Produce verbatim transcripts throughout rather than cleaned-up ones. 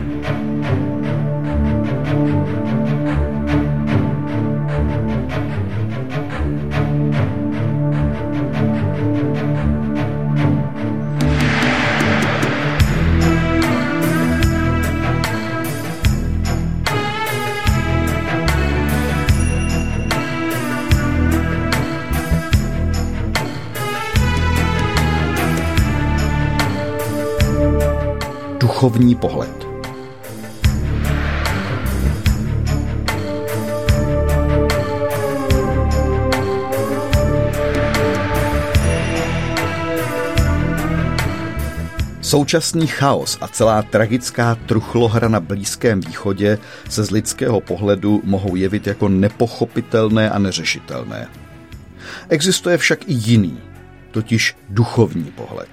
Duchovní pohled. Současný chaos a celá tragická truchlohra na Blízkém východě se z lidského pohledu mohou jevit jako nepochopitelné a neřešitelné. Existuje však i jiný, totiž duchovní pohled.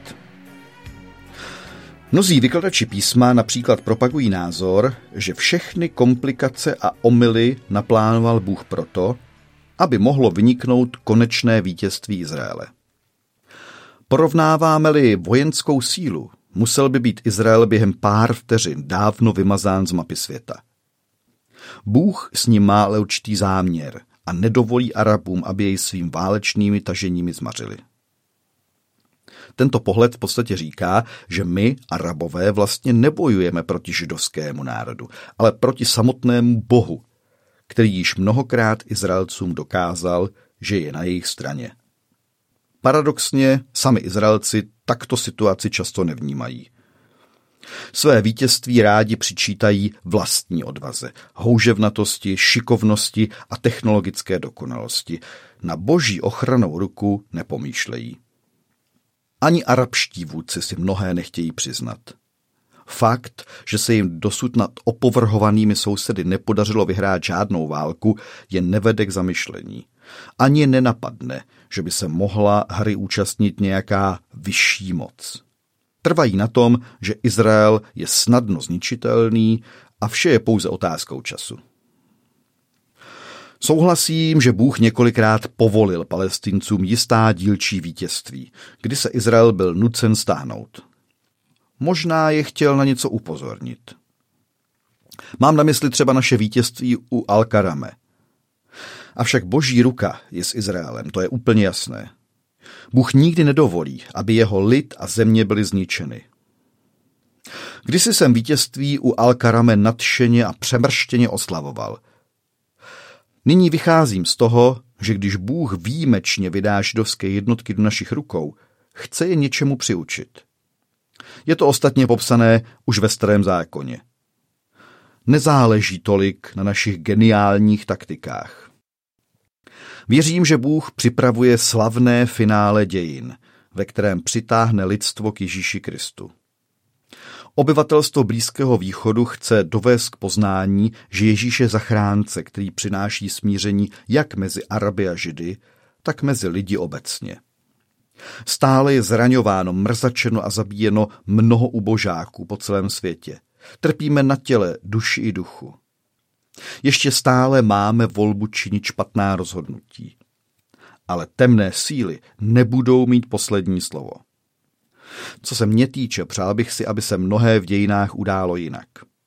Mnozí vykladači písma například propagují názor, že všechny komplikace a omyly naplánoval Bůh proto, aby mohlo vyniknout konečné vítězství Izraele. Porovnáváme-li vojenskou sílu, musel by být Izrael během pár vteřin dávno vymazán z mapy světa. Bůh s ním má ale určitý záměr a nedovolí Arabům, aby jej svým válečnými taženími zmařili. Tento pohled v podstatě říká, že my, Arabové, vlastně nebojujeme proti židovskému národu, ale proti samotnému Bohu, který již mnohokrát Izraelcům dokázal, že je na jejich straně. Paradoxně sami Izraelci takto situaci často nevnímají. Své vítězství rádi přičítají vlastní odvaze, houževnatosti, šikovnosti a technologické dokonalosti. Na boží ochrannou ruku nepomýšlejí. Ani arabští vůdci si mnohé nechtějí přiznat. Fakt, že se jim dosud nad opovrhovanými sousedy nepodařilo vyhrát žádnou válku, je nevede k zamyšlení. Ani nenapadne, že by se mohla hry účastnit nějaká vyšší moc. Trvají na tom, že Izrael je snadno zničitelný a vše je pouze otázkou času. Souhlasím, že Bůh několikrát povolil Palestincům jistá dílčí vítězství, kdy se Izrael byl nucen stáhnout. Možná je chtěl na něco upozornit. Mám na mysli třeba naše vítězství u Al-Karame. Avšak boží ruka je s Izraelem, to je úplně jasné. Bůh nikdy nedovolí, aby jeho lid a země byly zničeny. Kdysi jsem vítězství u Al-Karame nadšeně a přemrštěně oslavoval. Nyní vycházím z toho, že když Bůh výjimečně vydá židovské jednotky do našich rukou, chce je něčemu přiučit. Je to ostatně popsané už ve Starém zákoně. Nezáleží tolik na našich geniálních taktikách. Věřím, že Bůh připravuje slavné finále dějin, ve kterém přitáhne lidstvo k Ježíši Kristu. Obyvatelstvo Blízkého východu chce dovést k poznání, že Ježíš je zachránce, který přináší smíření jak mezi Araby a Židy, tak mezi lidi obecně. Stále je zraňováno, mrzačeno a zabíjeno mnoho ubožáků po celém světě. Trpíme na těle, duši i duchu. Ještě stále máme volbu činit špatná rozhodnutí. Ale temné síly nebudou mít poslední slovo. Co se mě týče, přál bych si, aby se mnohé v dějinách událo jinak.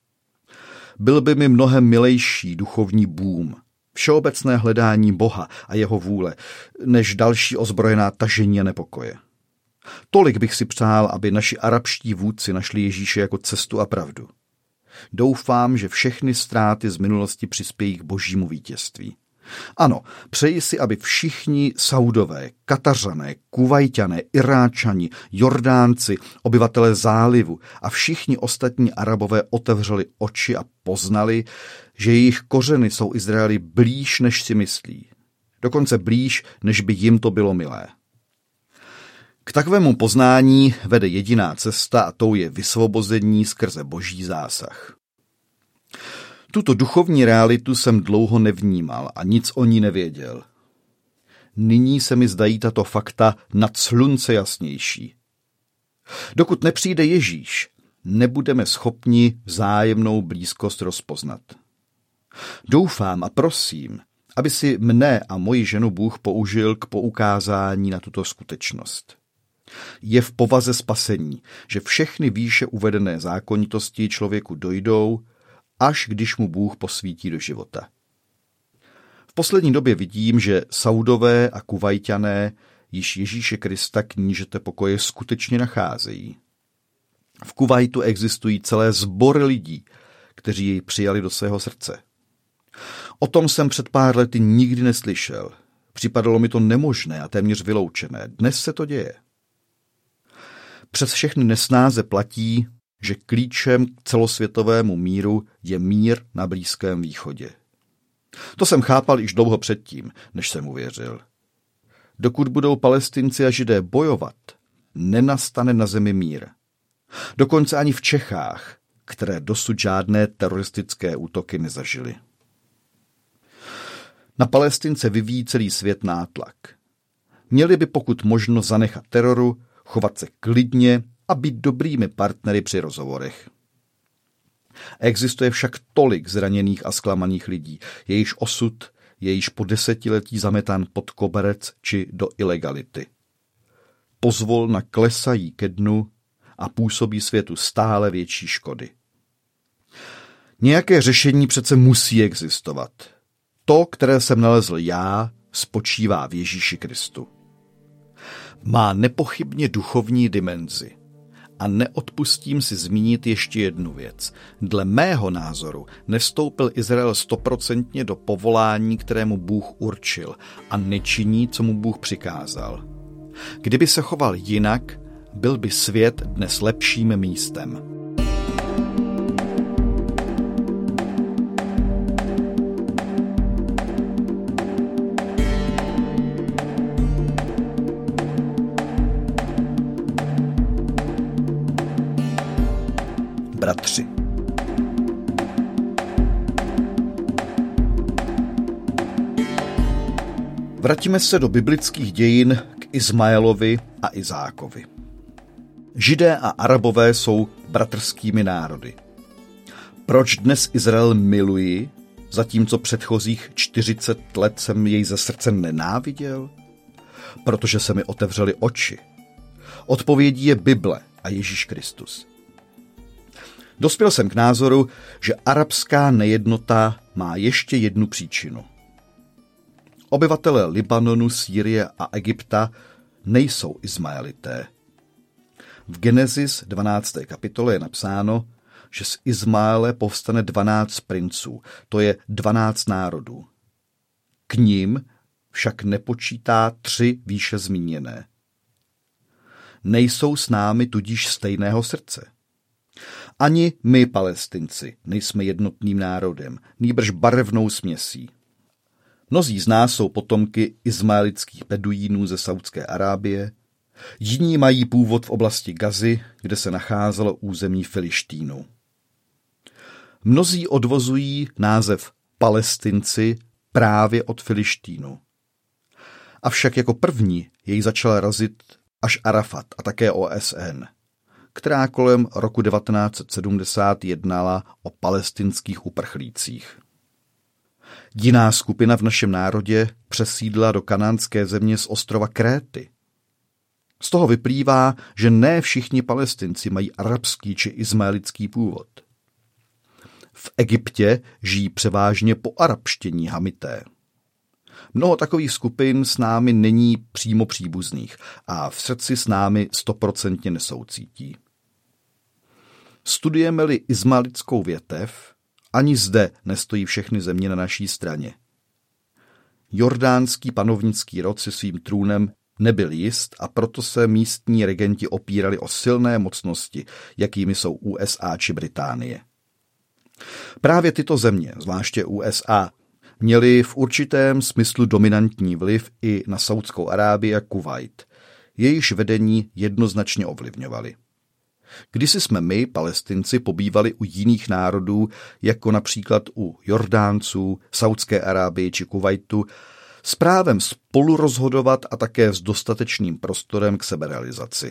Byl by mi mnohem milejší duchovní boom, všeobecné hledání Boha a jeho vůle, než další ozbrojená tažení a nepokoje. Tolik bych si přál, aby naši arabští vůdci našli Ježíše jako cestu a pravdu. Doufám, že všechny ztráty z minulosti přispějí k božímu vítězství. Ano, přeji si, aby všichni Saudové, Katařané, Kuvajťané, Iráčani, Jordánci, obyvatelé zálivu a všichni ostatní Arabové otevřeli oči a poznali, že jejich kořeny jsou Izraeli blíž, než si myslí. Dokonce blíž, než by jim to bylo milé. K takovému poznání vede jediná cesta a tou je vysvobození skrze boží zásah. Tuto duchovní realitu jsem dlouho nevnímal a nic o ní nevěděl. Nyní se mi zdají tato fakta nad slunce jasnější. Dokud nepřijde Ježíš, nebudeme schopni vzájemnou blízkost rozpoznat. Doufám a prosím, aby si mne a moji ženu Bůh použil k poukázání na tuto skutečnost. Je v povaze spasení, že všechny výše uvedené zákonitosti člověku dojdou, až když mu Bůh posvítí do života. V poslední době vidím, že Saudové a Kuvajťané již Ježíše Krista, knížete pokoje, skutečně nacházejí. V Kuvajtu existují celé sbory lidí, kteří jej přijali do svého srdce. O tom jsem před pár lety nikdy neslyšel. Připadalo mi to nemožné a téměř vyloučené. Dnes se to děje. Přes všechny nesnáze platí, že klíčem k celosvětovému míru je mír na Blízkém východě. To jsem chápal již dlouho předtím, než jsem uvěřil. Dokud budou Palestinci a Židé bojovat, nenastane na zemi mír. Dokonce ani v Čechách, které dosud žádné teroristické útoky nezažily. Na Palestince vyvíjí celý svět nátlak. Měli by pokud možno zanechat teroru, chovat se klidně a být dobrými partnery při rozhovorech. Existuje však tolik zraněných a zklamaných lidí, jejichž osud je již po desetiletí zametán pod koberec či do ilegality. Pozvolna klesají ke dnu a působí světu stále větší škody. Nějaké řešení přece musí existovat. To, které jsem nalezl já, spočívá v Ježíši Kristu. Má nepochybně duchovní dimenzi. A neodpustím si zmínit ještě jednu věc. Dle mého názoru nevstoupil Izrael stoprocentně do povolání, kterému Bůh určil, a nečiní, co mu Bůh přikázal. Kdyby se choval jinak, byl by svět dnes lepším místem. Bratři. Vraťme se do biblických dějin k Izmaelovi a Izákovi. Židé a Arabové jsou bratrskými národy. Proč dnes Izrael miluji, zatímco předchozích čtyřicet let jsem jej ze srdce nenáviděl? Protože se mi otevřely oči. Odpovědí je Bible a Ježíš Kristus. Dospěl jsem k názoru, že arabská nejednota má ještě jednu příčinu. Obyvatelé Libanonu, Sýrie a Egypta nejsou Izmaelité. V Genesis dvanácté kapitole je napsáno, že z Izmaele povstane dvanáct princů, to je dvanáct národů. K nim však nepočítá tři výše zmíněné. Nejsou s námi tudíž stejného srdce. Ani my, Palestinci, nejsme jednotným národem, nýbrž barevnou směsí. Mnozí z nás jsou potomky izmaelických beduínů ze Saudské Arábie, jiní mají původ v oblasti Gazy, kde se nacházelo území Filištínů. Mnozí odvozují název Palestinci právě od Filištínu. Avšak jako první jej začal razit až Arafat a také O S N, která kolem roku devatenáct set sedmdesát jednala o palestinských uprchlících. Jiná skupina v našem národě přesídla do kanánské země z ostrova Kréty. Z toho vyplývá, že ne všichni Palestinci mají arabský či izmaelický původ. V Egyptě žijí převážně poarabštění Hamité. Mnoho takových skupin s námi není přímo příbuzných a v srdci s námi stoprocentně nesoucítí. Studujeme-li izmaelickou větev, ani zde nestojí všechny země na naší straně. Jordánský panovnický rod se svým trůnem nebyl jist a proto se místní regenti opírali o silné mocnosti, jakými jsou U S A či Británie. Právě tyto země, zvláště U S A, měly v určitém smyslu dominantní vliv i na Saudskou Arábii a Kuvajt, jejichž vedení jednoznačně ovlivňovali. Kdysi jsme my, Palestinci, pobývali u jiných národů, jako například u Jordánců, Saudské Arábie či Kuvajtu, s právem spolu rozhodovat a také s dostatečným prostorem k seberealizaci.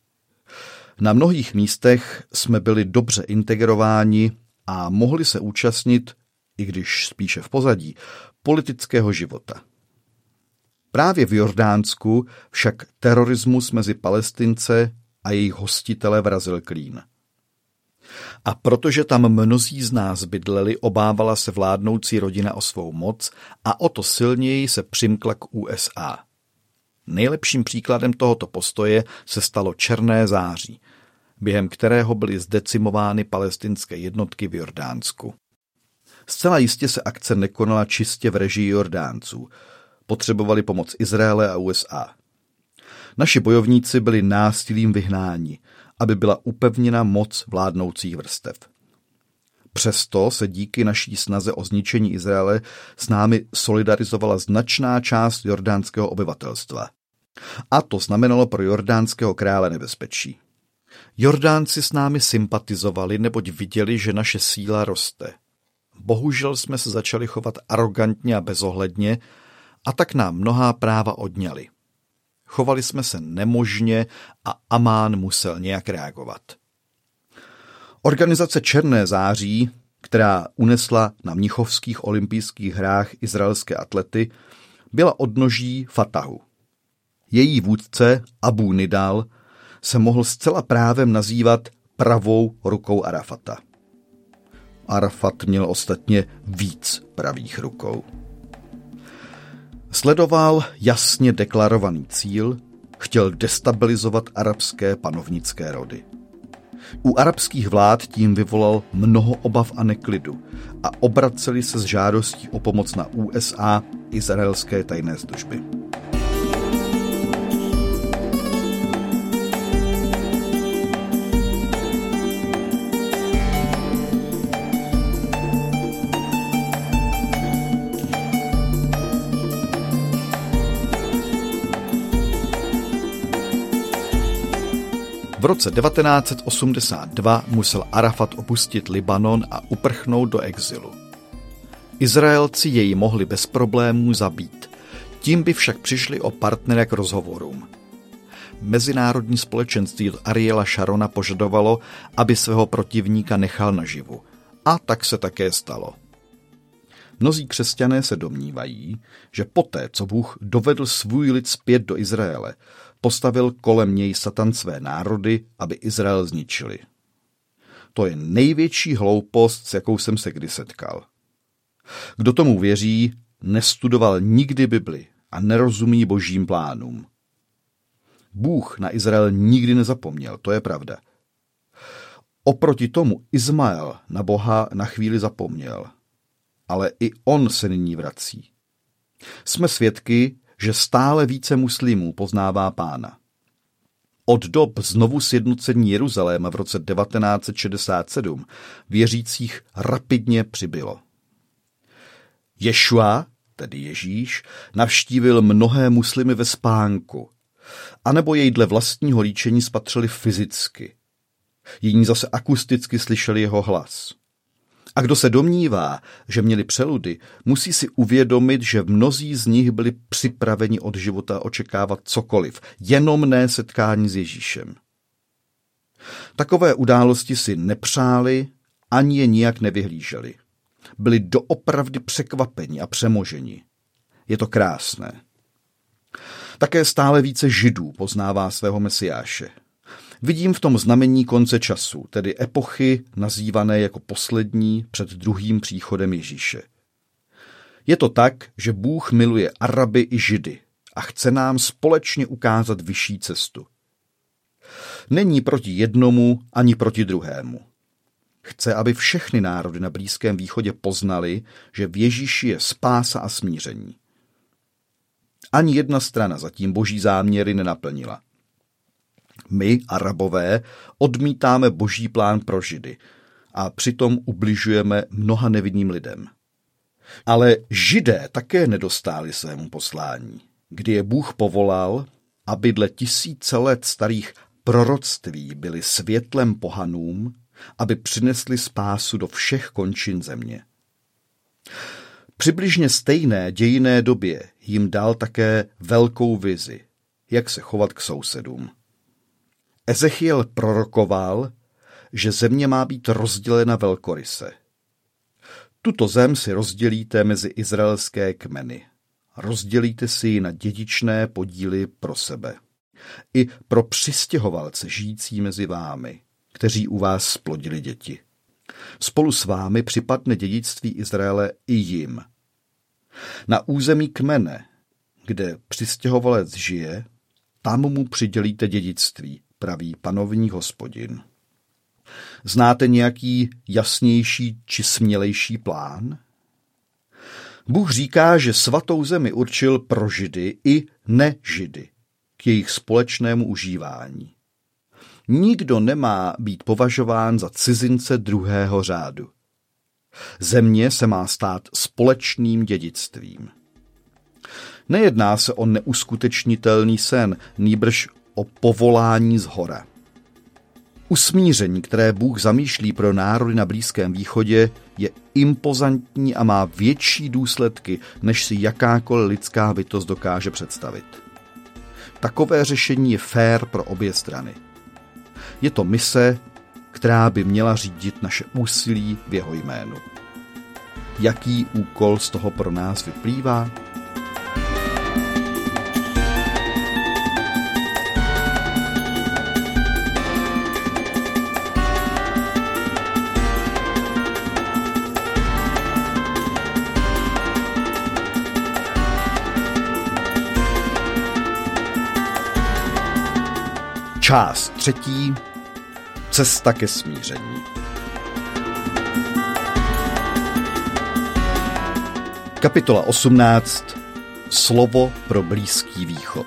Na mnohých místech jsme byli dobře integrováni a mohli se účastnit, i když spíše v pozadí, politického života. Právě v Jordánsku však terorismus mezi Palestince a jejich hostitele vrazil klín. A protože tam mnozí z nás bydleli, obávala se vládnoucí rodina o svou moc a o to silněji se přimkla k U S A. Nejlepším příkladem tohoto postoje se stalo Černé září, během kterého byly zdecimovány palestinské jednotky v Jordánsku. Zcela jistě se akce nekonala čistě v režii Jordánců. Potřebovali pomoc Izraele a U S A. Naši bojovníci byli násilím vyhnáni, aby byla upevněna moc vládnoucích vrstev. Přesto se díky naší snaze o zničení Izraele s námi solidarizovala značná část jordánského obyvatelstva. A to znamenalo pro jordánského krále nebezpečí. Jordánci s námi sympatizovali, neboť viděli, že naše síla roste. Bohužel jsme se začali chovat arogantně a bezohledně a tak nám mnohá práva odňali. Chovali jsme se nemožně a Amán musel nějak reagovat. Organizace Černé září, která unesla na mnichovských olympijských hrách izraelské atlety, byla odnoží Fatahu. Její vůdce Abu Nidal se mohl zcela právem nazývat pravou rukou Arafata. Arafat měl ostatně víc pravých rukou. Sledoval jasně deklarovaný cíl, chtěl destabilizovat arabské panovnické rody. U arabských vlád tím vyvolal mnoho obav a neklidu a obraceli se s žádostí o pomoc na U S A izraelské tajné služby. V roce devatenáct set osmdesát dva musel Arafat opustit Libanon a uprchnout do exilu. Izraelci jej mohli bez problémů zabít, tím by však přišli o partnera k rozhovorům. Mezinárodní společenství od Ariela Šarona požadovalo, aby svého protivníka nechal naživu. A tak se také stalo. Mnozí křesťané se domnívají, že poté, co Bůh dovedl svůj lid zpět do Izraele, postavil kolem něj Satan své národy, aby Izrael zničili. To je největší hloupost, s jakou jsem se kdy setkal. Kdo tomu věří, nestudoval nikdy Bibli a nerozumí božím plánům. Bůh na Izrael nikdy nezapomněl, to je pravda. Oproti tomu Izmael na Boha na chvíli zapomněl, ale i on se nyní vrací. Jsme svědky, že stále více muslimů poznává Pána. Od dob znovu sjednocení Jeruzaléma v roce devatenáct set šedesát sedm věřících rapidně přibylo. Ješua, tedy Ježíš, navštívil mnohé muslimy ve spánku, anebo jej dle vlastního líčení spatřili fyzicky. Jiní zase akusticky slyšeli jeho hlas. A kdo se domnívá, že měli přeludy, musí si uvědomit, že mnozí z nich byli připraveni od života očekávat cokoliv, jenom ne setkání s Ježíšem. Takové události si nepřáli, ani je nijak nevyhlíželi. Byli doopravdy překvapeni a přemoženi. Je to krásné. Také stále více Židů poznává svého Mesiáše. Vidím v tom znamení konce času, tedy epochy nazývané jako poslední před druhým příchodem Ježíše. Je to tak, že Bůh miluje Araby i Židy a chce nám společně ukázat vyšší cestu. Není proti jednomu ani proti druhému. Chce, aby všechny národy na Blízkém východě poznali, že v Ježíši je spása a smíření. Ani jedna strana zatím boží záměry nenaplnila. My, Arabové, odmítáme boží plán pro Židy a přitom ubližujeme mnoha nevinným lidem. Ale Židé také nedostáli svému poslání, kdy je Bůh povolal, aby dle tisíce let starých proroctví byli světlem pohanům, aby přinesli spásu do všech končin země. Přibližně stejné dějinné době jim dal také velkou vizi, jak se chovat k sousedům. Ezechiel prorokoval, že země má být rozdělena velkoryse. Tuto zem si rozdělíte mezi izraelské kmeny. rozdělíte si ji na dědičné podíly pro sebe. I pro přistěhovalce žijící mezi vámi, kteří u vás splodili děti. Spolu s vámi připadne dědictví Izraele i jim. Na území kmene, kde přistěhovalec žije, tam mu přidělíte dědictví, praví Panovní Hospodin. Znáte nějaký jasnější či smělejší plán? Bůh říká, že svatou zemi určil pro Židy i nežidy k jejich společnému užívání. Nikdo nemá být považován za cizince druhého řádu. Země se má stát společným dědictvím. Nejedná se o neuskutečnitelný sen, nýbrž o povolání zhora. Usmíření, které Bůh zamýšlí pro národy na Blízkém východě, je impozantní a má větší důsledky, než si jakákoliv lidská bytost dokáže představit. Takové řešení je fér pro obě strany. Je to mise, která by měla řídit naše úsilí v jeho jménu. Jaký úkol z toho pro nás vyplývá? Část třetí. Cesta ke smíření. Kapitola osmnáct. Slovo pro Blízký východ.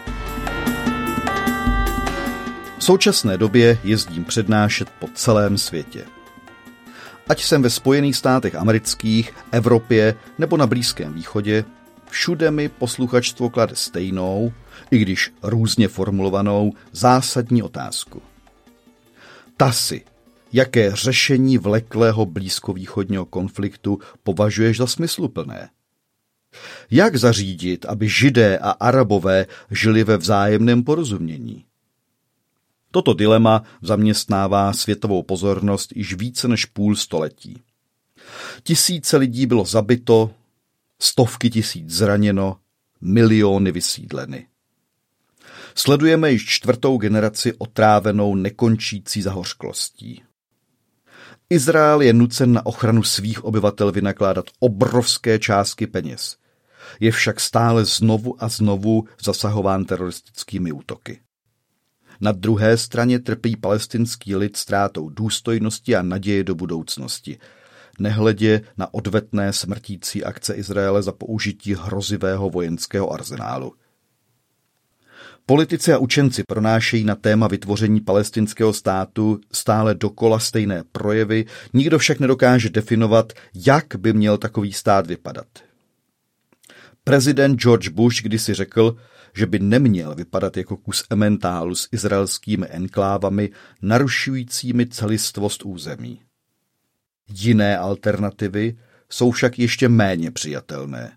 V současné době jezdím přednášet po celém světě. Ať jsem ve Spojených státech amerických, Evropě nebo na Blízkém východě, všude mi posluchačstvo klade stejnou, i když různě formulovanou, zásadní otázku. Ta si, jaké řešení vleklého blízkovýchodního konfliktu považuješ za smysluplné? Jak zařídit, aby Židé a Arabové žili ve vzájemném porozumění? Toto dilema zaměstnává světovou pozornost již více než půl století. Tisíce lidí bylo zabito, stovky tisíc zraněno, miliony vysídleny. Sledujeme již čtvrtou generaci otrávenou nekončící zahořklostí. Izrael je nucen na ochranu svých obyvatel vynakládat obrovské částky peněz. Je však stále znovu a znovu zasahován teroristickými útoky. Na druhé straně trpí palestinský lid ztrátou důstojnosti a naděje do budoucnosti, nehledě na odvetné smrtící akce Izraele za použití hrozivého vojenského arzenálu. Politici a učenci pronášejí na téma vytvoření palestinského státu stále dokola stejné projevy, nikdo však nedokáže definovat, jak by měl takový stát vypadat. Prezident George Bush kdysi řekl, že by neměl vypadat jako kus ementálu s izraelskými enklávami narušujícími celistvost území. Jiné alternativy jsou však ještě méně přijatelné.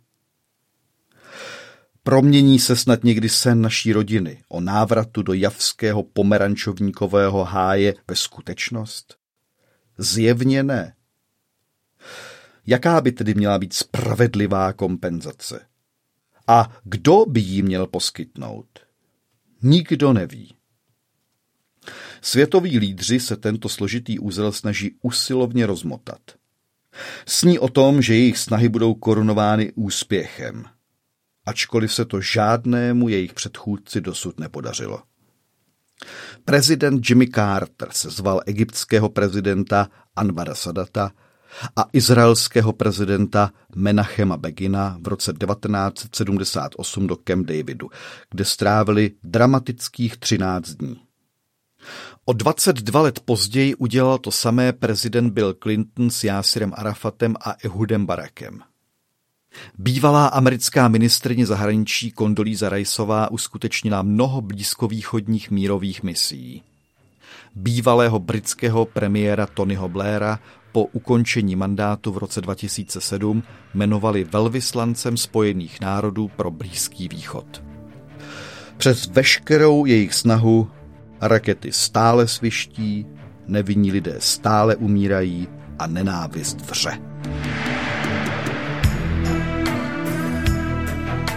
Promění se snad někdy sen naší rodiny o návratu do javského pomerančovníkového háje ve skutečnost? Zjevně ne. Jaká by tedy měla být spravedlivá kompenzace? A kdo by jí měl poskytnout? Nikdo neví. Světoví lídři se tento složitý úzel snaží usilovně rozmotat. Sní o tom, že jejich snahy budou korunovány úspěchem, ačkoliv se to žádnému jejich předchůdci dosud nepodařilo. Prezident Jimmy Carter sezval egyptského prezidenta Anvara Sadata a izraelského prezidenta Menachema Begina v roce devatenáct set sedmdesát osm do Camp Davidu, kde strávili dramatických třináct dní. O dvacet dva let později udělal to samé prezident Bill Clinton s Jásirem Arafatem a Ehudem Barakem. Bývalá americká ministryně zahraničí Kondolíza Riceová uskutečnila mnoho blízkovýchodních mírových misií. Bývalého britského premiéra Tonyho Blaira po ukončení mandátu v roce dva tisíce sedm jmenovali velvyslancem Spojených národů pro Blízký východ. Přes veškerou jejich snahu rakety stále sviští, nevinní lidé stále umírají a nenávist vře.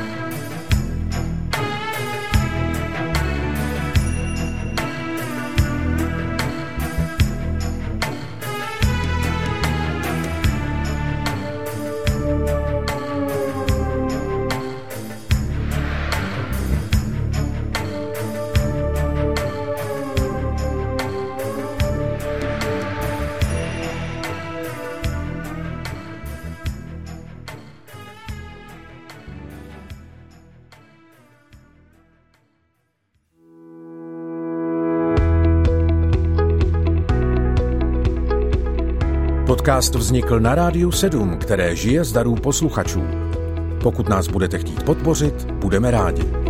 Podcast vznikl na Rádiu sedm, které žije z darů posluchačů. Pokud nás budete chtít podpořit, budeme rádi.